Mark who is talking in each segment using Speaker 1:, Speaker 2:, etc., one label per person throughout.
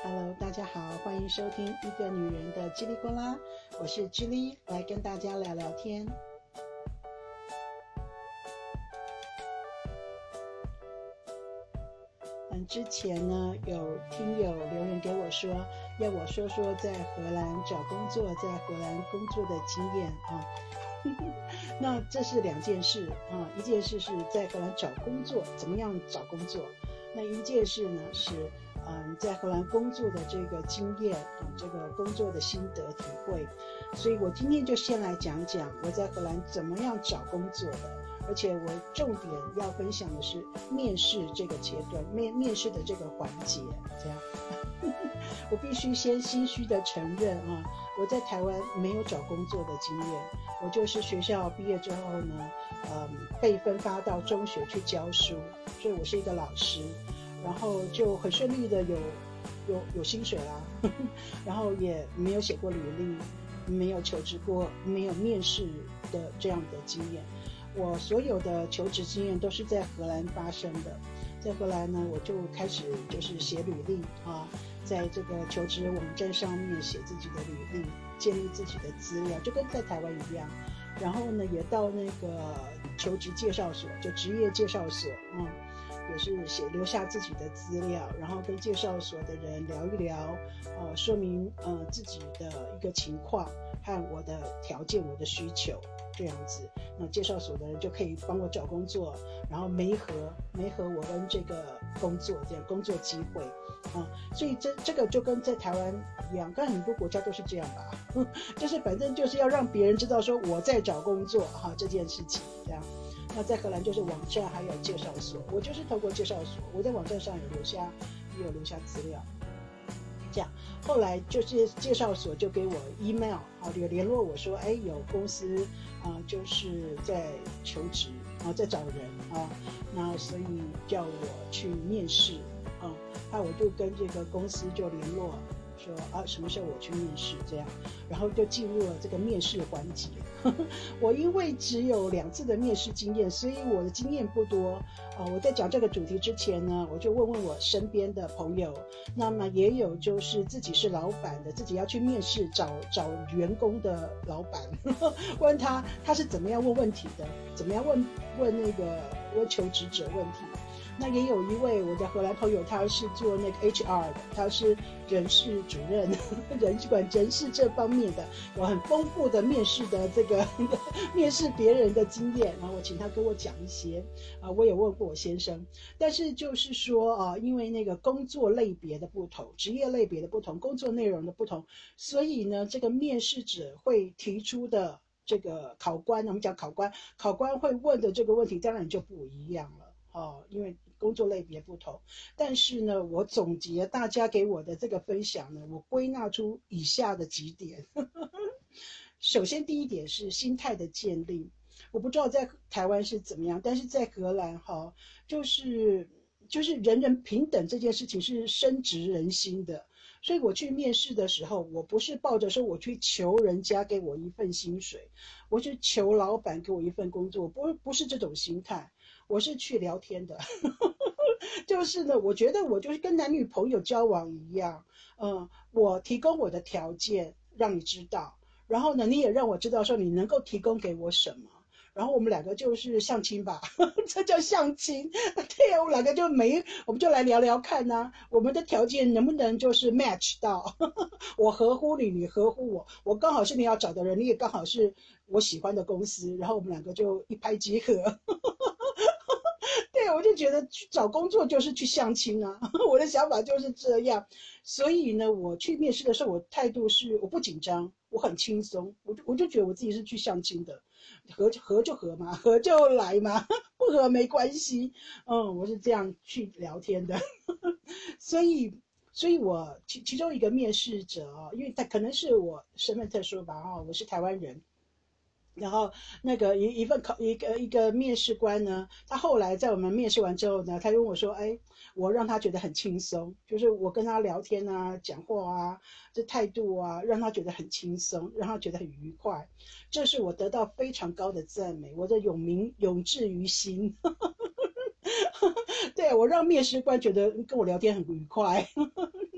Speaker 1: Hello， 大家好，欢迎收听一个女人的叽里呱啦，我是叽里，来跟大家聊聊天。之前呢，有听友留言给我说，要我说说在荷兰找工作，在荷兰工作的经验啊。那这是两件事啊，一件事是在荷兰找工作，怎么样找工作？那一件事呢是在荷兰工作的这个经验啊，这个工作的心得体会。所以我今天就先来讲讲我在荷兰怎么样找工作的。而且我重点要分享的是面试这个阶段，面试的这个环节，这样。我必须先心虚的承认啊，我在台湾没有找工作的经验，我就是学校毕业之后呢，被分发到中学去教书，所以我是一个老师，然后就很顺利的有薪水啦，然后也没有写过履历，没有求职过，没有面试的这样的经验。我所有的求职经验都是在荷兰发生的，在荷兰呢，我就开始就是写履历啊，在这个求职网站上面写自己的履历，建立自己的资料，就跟在台湾一样。然后呢，也到那个求职介绍所，就职业介绍所，也是留下自己的资料，然后跟介绍所的人聊一聊，说明自己的一个情况和我的条件、我的需求。这样子，那介绍所的人就可以帮我找工作，然后媒合我跟这个工作这样工作机会啊，所以这个就跟在台湾一样，跟很多国家都是这样吧，就是反正就是要让别人知道说我在找工作哈这件事情这样。那在荷兰就是网站还有介绍所，我就是透过介绍所，我在网站上有留下资料。这样，后来就是介绍所就给我 email 有联络我说，有公司就是在求职在找人那所以叫我去面试那我就跟这个公司就联络说什么时候我去面试这样，然后就进入了这个面试环节。我因为只有2次的面试经验，所以我的经验不多我在讲这个主题之前呢，我就问问我身边的朋友，那么也有就是自己是老板的，自己要去面试找员工的老板，问他是怎么样问问题的，怎么样问求职者问题。那也有一位我的荷兰朋友，他是做那个 HR 的，他是人事主任，管人事这方面的，有很丰富的面试的这个面试别人的经验，然后我请他跟我讲一些我也问过我先生，但是就是说因为那个工作类别的不同，职业类别的不同，工作内容的不同，所以呢，这个面试者会提出的这个考官，我们讲考官会问的这个问题，当然就不一样了。因为工作类别不同，但是呢，我总结大家给我的这个分享呢，我归纳出以下的几点。首先，第一点是心态的建立。我不知道在台湾是怎么样，但是在荷兰就是人人平等这件事情是深植人心的。所以我去面试的时候，我不是抱着说我去求人家给我一份薪水，我去求老板给我一份工作，不是这种心态。我是去聊天的，就是呢，我觉得我就是跟男女朋友交往一样，我提供我的条件让你知道，然后呢，你也让我知道说你能够提供给我什么，然后我们两个就是相亲吧，这叫相亲。对啊，我们两个我们就来聊聊看我们的条件能不能就是 match 到，我合乎你，你合乎我，我刚好是你要找的人，你也刚好是我喜欢的公司，然后我们两个就一拍即合。对，我就觉得去找工作就是去相亲我的想法就是这样。所以呢，我去面试的时候，我态度是我不紧张，我很轻松，我就觉得我自己是去相亲的，合就合嘛，合就来嘛，不合没关系。我是这样去聊天的。所以我其中一个面试者因为他可能是我身份特殊吧我是台湾人。然后那个一个面试官呢，他后来在我们面试完之后呢，他就问我说，我让他觉得很轻松，就是我跟他聊天讲话这态度让他觉得很轻松，让他觉得很愉快，这是我得到非常高的赞美，我的永志于心。对，我让面试官觉得跟我聊天很愉快。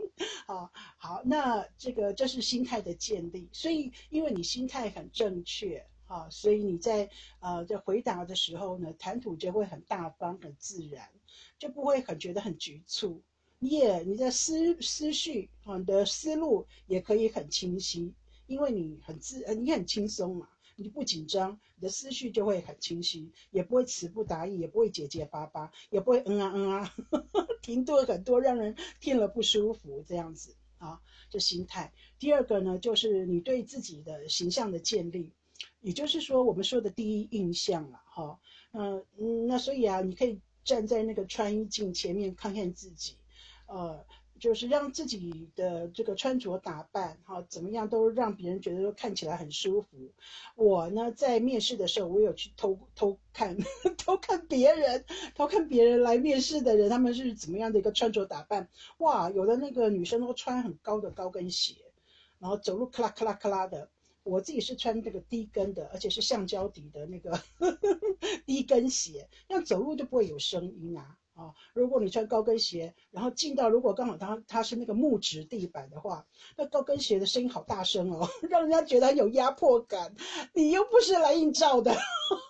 Speaker 1: 好，那这是心态的建立，所以因为你心态很正确。所以你在回答的时候呢，谈吐就会很大方、很自然，就不会觉得很局促。你的思绪你的思路也可以很清晰，因为你很轻松嘛，你不紧张，你的思绪就会很清晰，也不会词不达意，也不会结结巴巴，也不会停顿很多，让人听了不舒服这样子啊，这心态。第二个呢，就是你对自己的形象的建立。也就是说，我们说的第一印象了，那所以啊，你可以站在那个穿衣镜前面看看自己，就是让自己的这个穿着打扮，怎么样都让别人觉得说看起来很舒服。我呢，在面试的时候，我有去偷看偷看别人来面试的人，他们是怎么样的一个穿着打扮。哇，有的那个女生都穿很高的高跟鞋，然后走路咔啦咔啦咔啦的。我自己是穿这个低跟的，而且是橡胶底的那个低跟鞋，那样走路就不会有声音啊。如果你穿高跟鞋，然后进到如果刚好它是那个木质地板的话，那高跟鞋的声音好大声哦，让人家觉得很有压迫感。你又不是来应召的。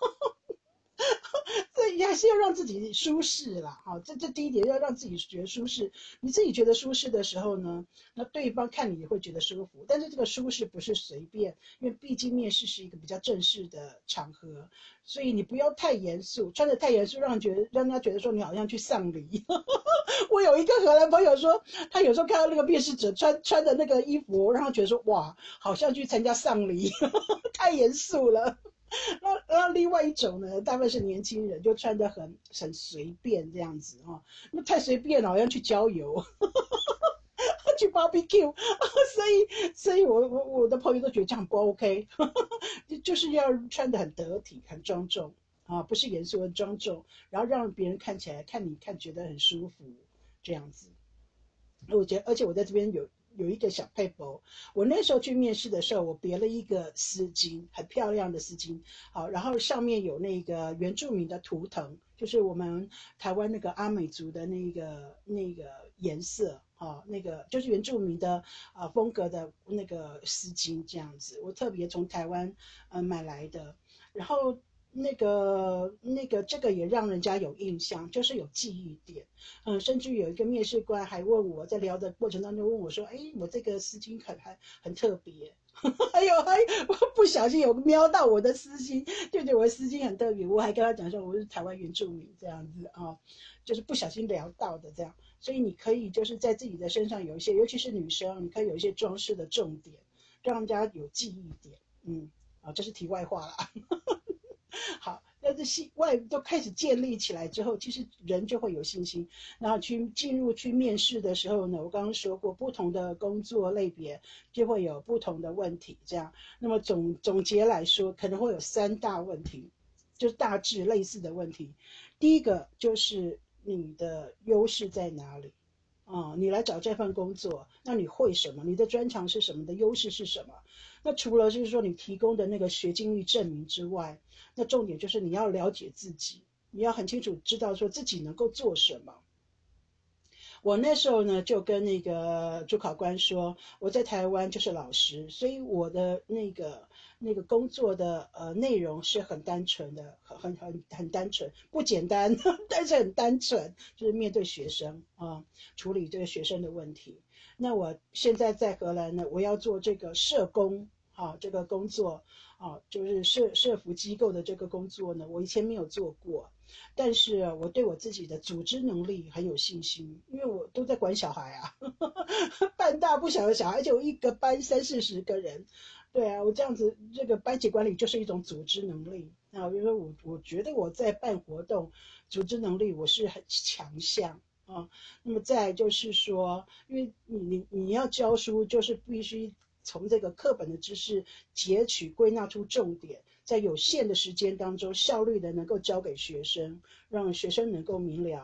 Speaker 1: 所以还是要让自己舒适啦，这第一点要让自己觉得舒适。你自己觉得舒适的时候呢，那对方看你也会觉得舒服。但是这个舒适不是随便，因为毕竟面试是一个比较正式的场合，所以你不要太严肃，穿得太严肃让人家觉得说你好像去丧礼。我有一个荷兰朋友说，他有时候看到那个面试者穿的那个衣服，让他觉得说哇，好像去参加丧礼，太严肃了。那另外一种呢，大部分是年轻人，就穿得很随便这样子那太随便了，好像去郊游，去 barbecue，所以我的朋友都觉得这样不 OK，就是要穿得很得体、很庄重不是严肃，很庄重，然后让别人看起来觉得很舒服这样子。我觉得，而且我在这边有一个小配博，我那时候去面试的时候，我别了一个丝巾，很漂亮的丝巾，然后上面有那个原住民的图腾，就是我们台湾那个阿美族的那个颜色，那个就是原住民的风格的那个丝巾这样子，我特别从台湾买来的，然后。这个也让人家有印象，就是有记忆点。甚至有一个面试官还问我在聊的过程当中问我说：“哎，我这个丝巾很特别。”还不小心有瞄到我的丝巾，就觉得我的丝巾很特别。我还跟他讲说我是台湾原住民这样子就是不小心聊到的这样。所以你可以就是在自己的身上有一些，尤其是女生，你可以有一些装饰的重点，让人家有记忆点。这是题外话啦。好，那这外都开始建立起来之后，其实人就会有信心。然后进入去面试的时候呢，我刚刚说过，不同的工作类别就会有不同的问题。这样，那么总结来说，可能会有3大问题，就是大致类似的问题。第一个就是你的优势在哪里？你来找这份工作，那你会什么？你的专长是什么？你的优势是什么？那除了就是说你提供的那个学经历证明之外，那重点就是你要了解自己，你要很清楚知道说自己能够做什么。我那时候呢就跟那个主考官说，我在台湾就是老师，所以我的那个工作的内容是很单纯的，很单纯，不简单，但是很单纯，就是面对学生处理这个学生的问题。那我现在在荷兰呢，我要做这个社工这个工作就是社福机构的这个工作呢，我以前没有做过。但是我对我自己的组织能力很有信心，因为我都在管小孩啊，半大不小的小孩，而且我一个班30-40个人，对啊，我这样子这个班级管理就是一种组织能力。那比如说我觉得我在办活动，组织能力我是很强项那么再就是说，因为你要教书，就是必须从这个课本的知识截取归纳出重点，在有限的时间当中效率的能够教给学生，让学生能够明了。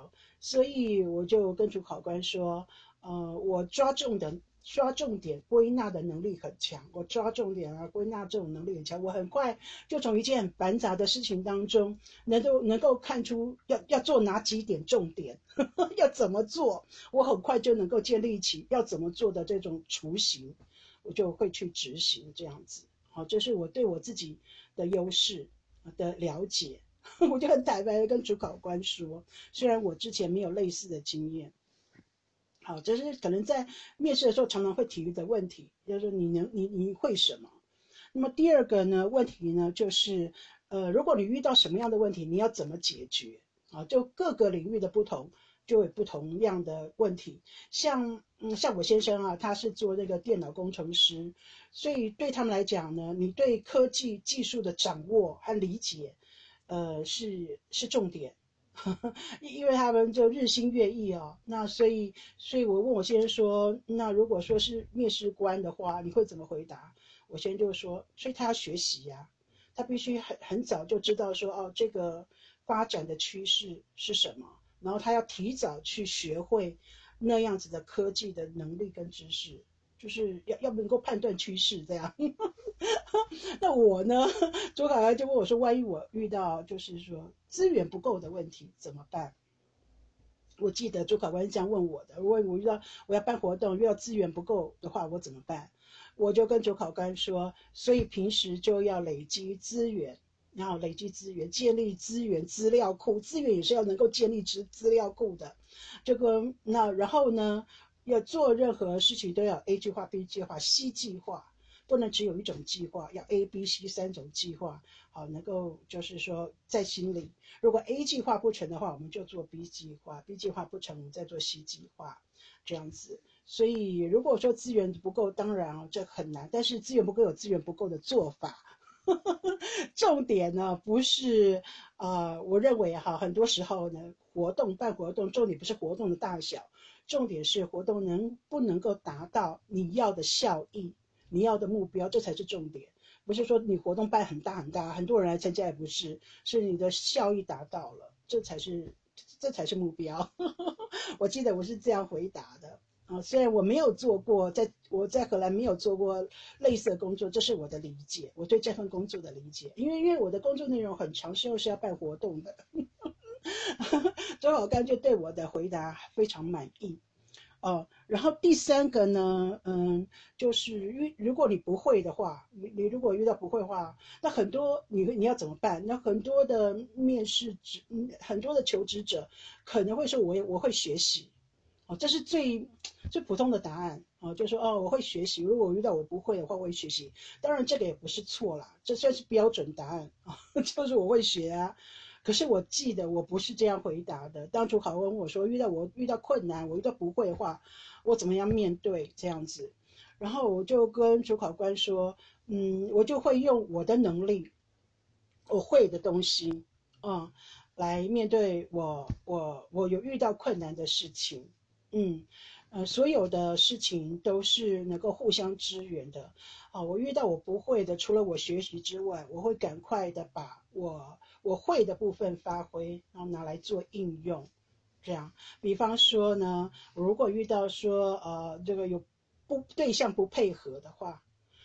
Speaker 1: 所以我就跟主考官说，我抓重点归纳的能力很强，我抓重点啊归纳这种能力很强，我很快就从一件很繁杂的事情当中能够看出要做哪几点重点，要怎么做，我很快就能够建立起要怎么做的这种雏形，我就会去执行这样子。好，这是我对我自己的优势的了解。我就很坦白的跟主考官说，虽然我之前没有类似的经验。好，这是可能在面试的时候常常会提的问题，就是说你会什么？那么第二个呢问题呢，就是如果你遇到什么样的问题，你要怎么解决？啊，就各个领域的不同，就有不同样的问题。像我先生啊，他是做那个电脑工程师，所以对他们来讲呢，你对科技技术的掌握和理解，是重点。因为他们就日新月异哦，那所以我问我先生说，那如果说是面试官的话，你会怎么回答？我先生就说，所以他要学习呀、他必须很早就知道说，哦，这个发展的趋势是什么，然后他要提早去学会那样子的科技的能力跟知识，就是要能够判断趋势这样。那我呢，主考官就问我说，万一我遇到就是说资源不够的问题怎么办？我记得主考官是这样问我的，如果我遇到我要办活动，遇到资源不够的话，我怎么办？我就跟主考官说，所以平时就要累积资源，然后累积资源，建立资源资料库，资源也是要能够建立资料库的。这个然后呢，要做任何事情都要 A 计划、B 计划、C 计划。不能只有一种计划，要 A、B、C 3种计划，好，能够就是说在心里，如果 A 计划不成的话，我们就做 B 计划，B 计划不成，我们再做 C 计划，这样子。所以如果说资源不够，当然这很难，但是资源不够有资源不够的做法。重点呢不是我认为很多时候呢，办活动，重点不是活动的大小，重点是活动能不能够达到你要的效益。你要的目标，这才是重点。不是说你活动办很大很大，很多人来参加，也不是，是你的效益达到了，这才是目标。我记得我是这样回答的。虽然我没有做过，我在荷兰没有做过类似的工作，这是我的理解，我对这份工作的理解。因为我的工作内容很长，是要办活动的。周老干就对我的回答非常满意。然后第三个呢，就是如果你不会的话，你如果遇到不会的话，那很多你要怎么办？那很多的很多的求职者可能会说我会学习，这是最普通的答案就说我会学习，如果我遇到我不会的话，我会学习。当然这个也不是错啦，这算是标准答案就是我会学啊。可是我记得我不是这样回答的。当主考官问我说，遇到困难，我遇到不会的话，我怎么样面对这样子？然后我就跟主考官说，我就会用我的能力，我会的东西，来面对我有遇到困难的事情，所有的事情都是能够互相支援的。我遇到我不会的，除了我学习之外，我会赶快的把我会的部分发挥，然后拿来做应用。这样，比方说呢，如果遇到说这个有对象不配合的话，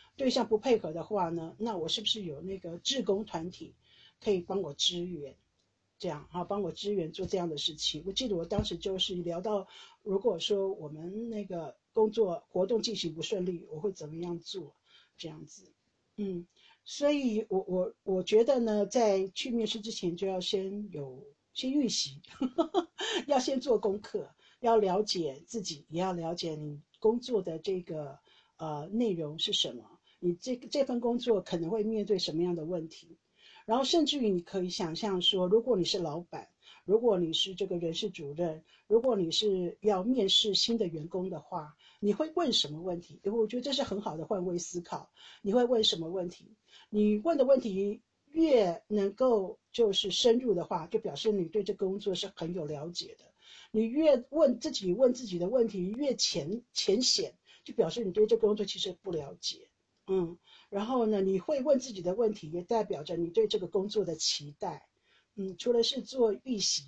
Speaker 1: 呢，那我是不是有那个志工团体可以帮我支援？这样帮我支援做这样的事情。我记得我当时就是聊到，如果说我们那个工作活动进行不顺利，我会怎么样做？这样子，所以我觉得呢，在去面试之前就要先预习，要先做功课，要了解自己，也要了解你工作的这个内容是什么，你这份工作可能会面对什么样的问题。然后甚至于你可以想象说，如果你是老板，如果你是这个人事主任，如果你是要面试新的员工的话，你会问什么问题？因为我觉得这是很好的换位思考。你会问什么问题？你问的问题越能够就是深入的话，就表示你对这工作是很有了解的。你越问自己的问题越浅显，就表示你对这工作其实不了解。然后呢，你会问自己的问题，也代表着你对这个工作的期待。除了是做预习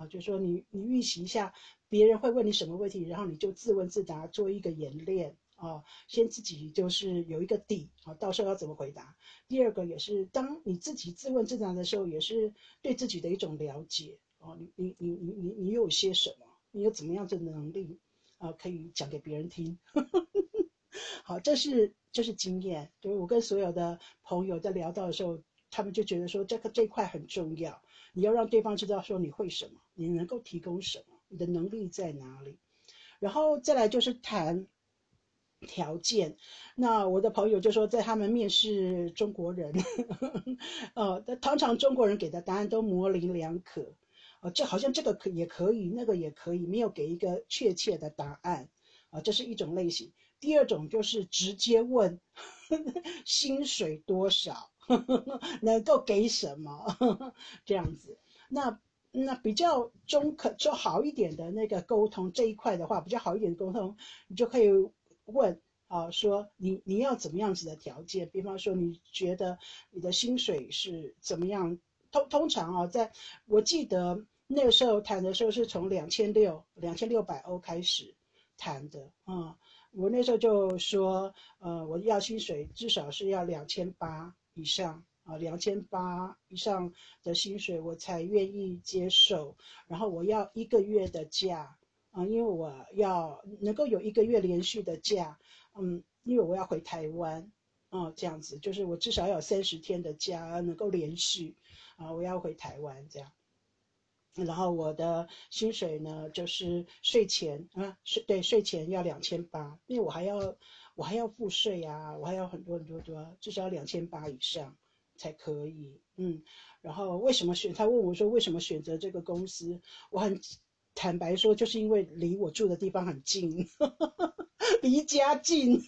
Speaker 1: 啊，就是说你预习一下别人会问你什么问题，然后你就自问自答，做一个演练啊，先自己就是有一个底啊，到时候要怎么回答。第二个也是，当你自己自问自答的时候，也是对自己的一种了解哦。你有些什么？你有怎么样的能力啊，可以讲给别人听？好，这是经验，就是我跟所有的朋友在聊到的时候，他们就觉得说这一块很重要，你要让对方知道说你会什么，你能够提供什么，你的能力在哪里。然后再来就是谈条件，那我的朋友就说，在他们面试中国人，通常中国人给的答案都模棱两可，这好像这个也可以，那个也可以，没有给一个确切的答案，这是一种类型。第二种就是直接问薪水多少，能够给什么这样子。那比较就好一点的那个沟通这一块的话，比较好一点的沟通，你就可以问说你要怎么样子的条件？比方说你觉得你的薪水是怎么样？通常我记得那个时候谈的时候是从2600欧开始谈的啊。我那时候就说，我要薪水至少是要2800以上啊，2800以上的薪水我才愿意接受。然后我要1个月的假啊，因为我要能够有1个月连续的假，因为我要回台湾，这样子就是我至少要有30天的假能够连续啊，我要回台湾这样。然后我的薪水呢，就是税前税前要2800，因为我还要付税啊，我还要很多很多多，至少要2800以上才可以。然后他问我说为什么选择这个公司，我很坦白说，就是因为离我住的地方很近，离家近。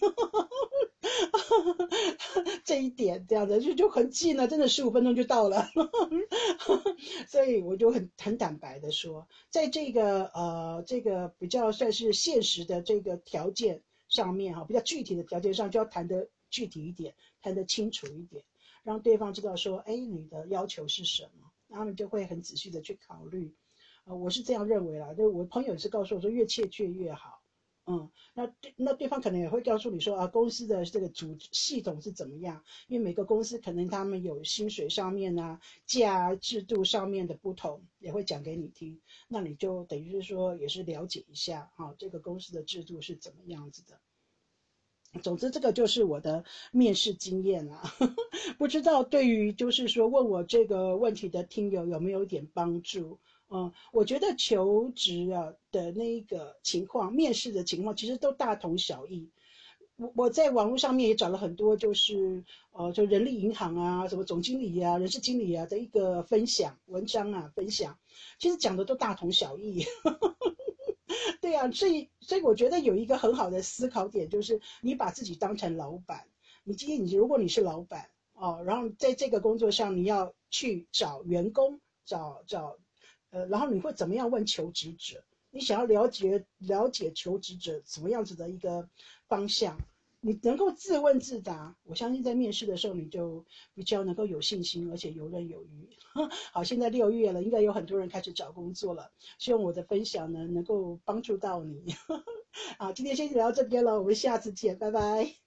Speaker 1: 这一点这样的就很近了，真的15分钟就到了。所以我就很坦白的说，在这个比较算是现实的这个条件上面比较具体的条件上就要谈得具体一点，谈得清楚一点，让对方知道说，哎，你的要求是什么，他们就会很仔细的去考虑。我是这样认为啦，就我朋友也是告诉我说，越切确越好。那对方可能也会告诉你说公司的这个系统是怎么样，因为每个公司可能他们有薪水上面假制度上面的不同，也会讲给你听。那你就等于是说也是了解一下这个公司的制度是怎么样子的。总之，这个就是我的面试经验啦，不知道对于就是说问我这个问题的听友有没有一点帮助？我觉得求职的那个情况，面试的情况其实都大同小异。我在网络上面也找了很多，就是就人力银行啊，什么总经理啊、人事经理啊的一个文章分享，其实讲的都大同小异。对啊，所以我觉得有一个很好的思考点，就是你把自己当成老板。今天如果你是老板然后在这个工作上你要去找员工，然后你会怎么样问求职者？你想要了解求职者什么样子的一个方向？你能够自问自答，我相信在面试的时候你就比较能够有信心，而且游刃有余。好，现在6月了，应该有很多人开始找工作了。希望我的分享呢能够帮助到你。好，今天先聊到这边了，我们下次见，拜拜。